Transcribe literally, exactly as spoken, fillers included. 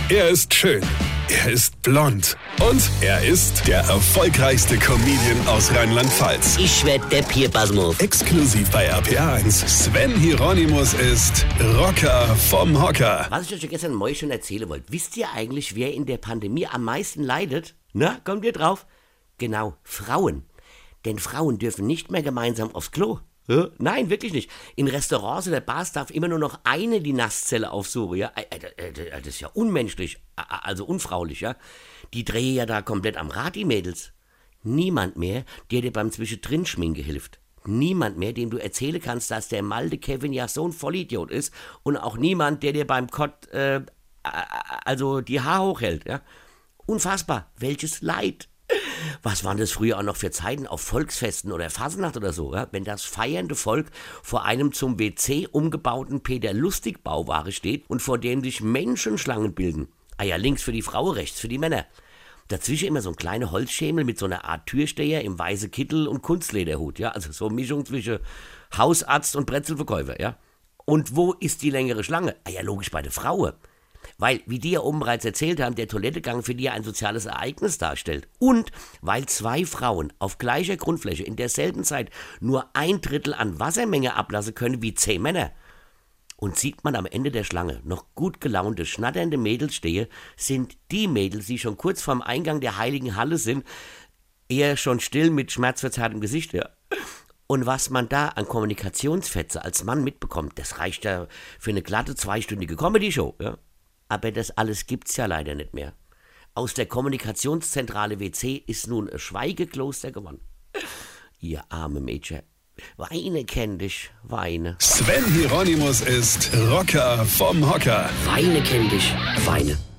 Er ist schön. Er ist blond. Und er ist der erfolgreichste Comedian aus Rheinland-Pfalz. Ich werd der Pierpasmus. Exklusiv bei R P A eins. Sven Hieronymus ist Rocker vom Hocker. Was ich euch gestern Moi schon erzählen wollte. Wisst ihr eigentlich, wer in der Pandemie am meisten leidet? Na, kommt ihr drauf? Genau, Frauen. Denn Frauen dürfen nicht mehr gemeinsam aufs Klo. Hä? Nein, wirklich nicht. In Restaurants oder Bars darf immer nur noch eine die Nasszelle aufsuchen. Ja? Das ist ja unmenschlich, also unfraulich. Ja? Die drehen ja da komplett am Rad, die Mädels. Niemand mehr, der dir beim Zwischendrin-Schminke hilft. Niemand mehr, dem du erzählen kannst, dass der Malte Kevin ja so ein Vollidiot ist. Und auch niemand, der dir beim Kott, äh, also die Haare hochhält. Ja? Unfassbar, welches Leid. Was waren das früher auch noch für Zeiten auf Volksfesten oder Fasnacht oder so, ja? Wenn das feiernde Volk vor einem zum W C umgebauten Peter-Lustig-Bauware steht und vor dem sich Menschenschlangen bilden. Ah ja, links für die Frau, rechts für die Männer. Dazwischen immer so ein kleiner Holzschemel mit so einer Art Türsteher im weißen Kittel und Kunstlederhut, ja, also so eine Mischung zwischen Hausarzt und Brezelverkäufer, ja. Und wo ist die längere Schlange? Ah ja, logisch bei der Frau. Weil, wie die ja oben bereits erzählt haben, der Toilettegang für die ein soziales Ereignis darstellt. Und weil zwei Frauen auf gleicher Grundfläche in derselben Zeit nur ein Drittel an Wassermenge ablassen können wie zehn Männer. Und sieht man am Ende der Schlange noch gut gelaunte, schnatternde Mädels stehen, sind die Mädels, die schon kurz vorm Eingang der heiligen Halle sind, eher schon still mit schmerzverzerrtem Gesicht, ja. Und was man da an Kommunikationsfetze als Mann mitbekommt, das reicht ja für eine glatte zweistündige Comedy-Show, ja. Aber das alles gibt's ja leider nicht mehr. Aus der Kommunikationszentrale W C ist nun ein Schweigekloster geworden. Ihr arme Mädchen. Weine kenn dich, weine. Sven Hieronymus ist Rocker vom Hocker. Weine kenn dich, weine.